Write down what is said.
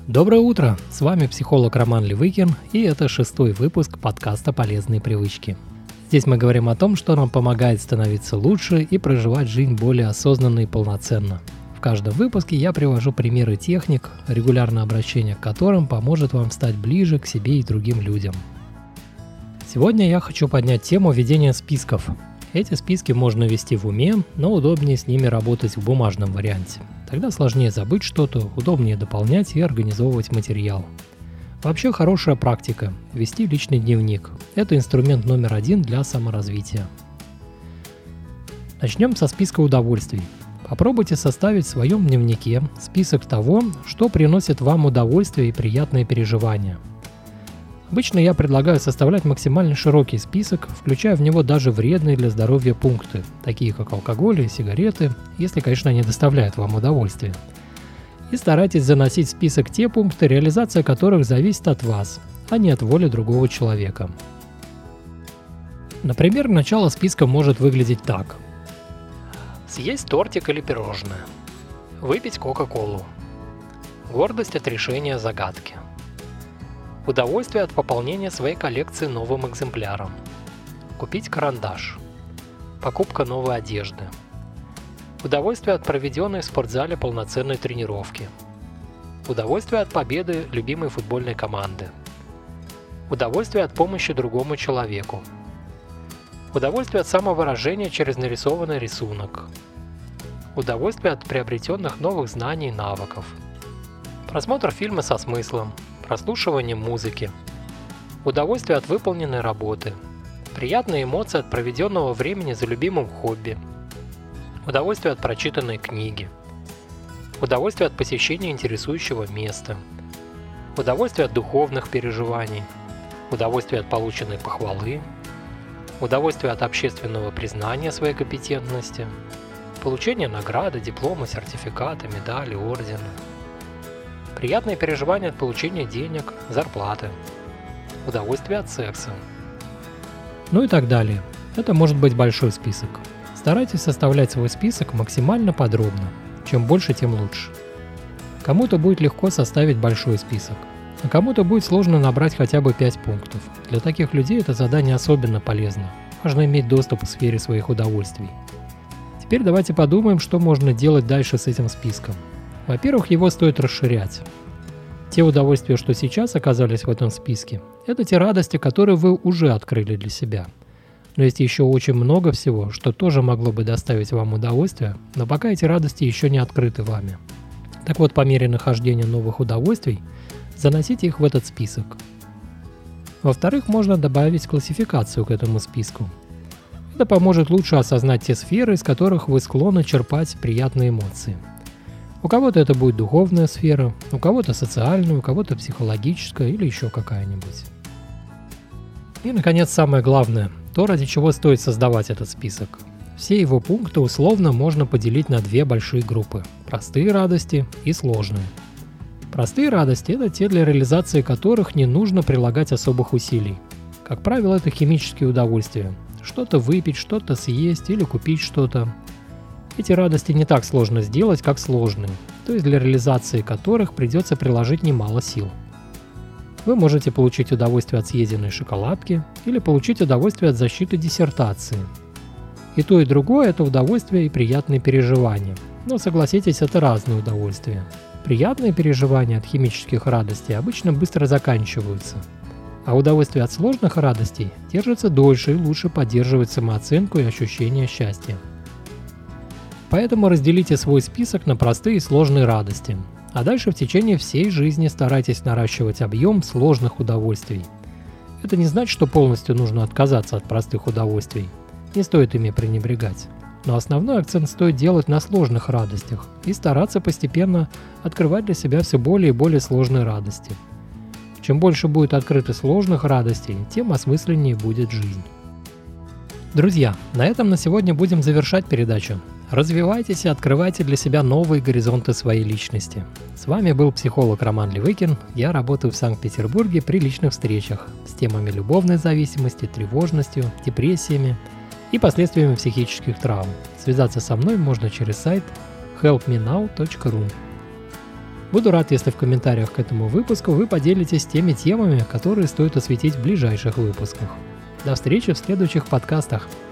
Доброе утро! С вами психолог Роман Левыкин, и это 6-й выпуск подкаста «Полезные привычки». Здесь мы говорим о том, что нам помогает становиться лучше и проживать жизнь более осознанно и полноценно. В каждом выпуске я привожу примеры техник, регулярное обращение к которым поможет вам стать ближе к себе и другим людям. Сегодня я хочу поднять тему ведения списков. Эти списки можно вести в уме, но удобнее с ними работать в бумажном варианте. Тогда сложнее забыть что-то, удобнее дополнять и организовывать материал. Вообще хорошая практика – вести личный дневник. Это инструмент номер 1 для саморазвития. Начнем со списка удовольствий. Попробуйте составить в своем дневнике список того, что приносит вам удовольствие и приятные переживания. Обычно я предлагаю составлять максимально широкий список, включая в него даже вредные для здоровья пункты, такие как алкоголь и сигареты, если, конечно, они доставляют вам удовольствие. И старайтесь заносить в список те пункты, реализация которых зависит от вас, а не от воли другого человека. Например, начало списка может выглядеть так. Съесть тортик или пирожное. Выпить кока-колу. Гордость от решения загадки. Удовольствие от пополнения своей коллекции новым экземпляром. Купить карандаш. Покупка новой одежды. Удовольствие от проведенной в спортзале полноценной тренировки. Удовольствие от победы любимой футбольной команды. Удовольствие от помощи другому человеку. Удовольствие от самовыражения через нарисованный рисунок. Удовольствие от приобретенных новых знаний и навыков. Просмотр фильма со смыслом. Прослушивание музыки. Удовольствие от выполненной работы. Приятные эмоции от проведенного времени за любимым хобби. Удовольствие от прочитанной книги. Удовольствие от посещения интересующего места. Удовольствие от духовных переживаний. Удовольствие от полученной похвалы. Удовольствие от общественного признания своей компетентности. Получение награды, диплома, сертификата, медали, ордена. Приятные переживания от получения денег, зарплаты. Удовольствие от секса. Ну и так далее. Это может быть большой список. Старайтесь составлять свой список максимально подробно. Чем больше, тем лучше. Кому-то будет легко составить большой список, а кому-то будет сложно набрать хотя бы 5 пунктов. Для таких людей это задание особенно полезно. Важно иметь доступ к сфере своих удовольствий. Теперь давайте подумаем, что можно делать дальше с этим списком. Во-первых, его стоит расширять. Те удовольствия, что сейчас оказались в этом списке, это те радости, которые вы уже открыли для себя. Но есть еще очень много всего, что тоже могло бы доставить вам удовольствие, но пока эти радости еще не открыты вами. Так вот, по мере нахождения новых удовольствий, заносите их в этот список. Во-вторых, можно добавить классификацию к этому списку. Это поможет лучше осознать те сферы, из которых вы склонны черпать приятные эмоции. У кого-то это будет духовная сфера, у кого-то социальная, у кого-то психологическая или еще какая-нибудь. И, наконец, самое главное, то, ради чего стоит создавать этот список. Все его пункты условно можно поделить на 2 большие группы – простые радости и сложные. Простые радости – это те, для реализации которых не нужно прилагать особых усилий. Как правило, это химические удовольствия. Что-то выпить, что-то съесть или купить что-то. Эти радости не так сложно сделать, как сложные, то есть для реализации которых придется приложить немало сил. Вы можете получить удовольствие от съеденной шоколадки или получить удовольствие от защиты диссертации. И то, и другое – это удовольствие и приятные переживания. Но согласитесь, это разные удовольствия. Приятные переживания от химических радостей обычно быстро заканчиваются, а удовольствие от сложных радостей держится дольше и лучше поддерживает самооценку и ощущение счастья. Поэтому разделите свой список на простые и сложные радости, а дальше в течение всей жизни старайтесь наращивать объем сложных удовольствий. Это не значит, что полностью нужно отказаться от простых удовольствий, не стоит ими пренебрегать. Но основной акцент стоит делать на сложных радостях и стараться постепенно открывать для себя все более и более сложные радости. Чем больше будет открыто сложных радостей, тем осмысленнее будет жизнь. Друзья, на этом на сегодня будем завершать передачу. Развивайтесь и открывайте для себя новые горизонты своей личности. С вами был психолог Роман Левыкин. Я работаю в Санкт-Петербурге при личных встречах с темами любовной зависимости, тревожностью, депрессиями и последствиями психических травм. Связаться со мной можно через сайт helpmenow.ru. Буду рад, если в комментариях к этому выпуску вы поделитесь теми темами, которые стоит осветить в ближайших выпусках. До встречи в следующих подкастах.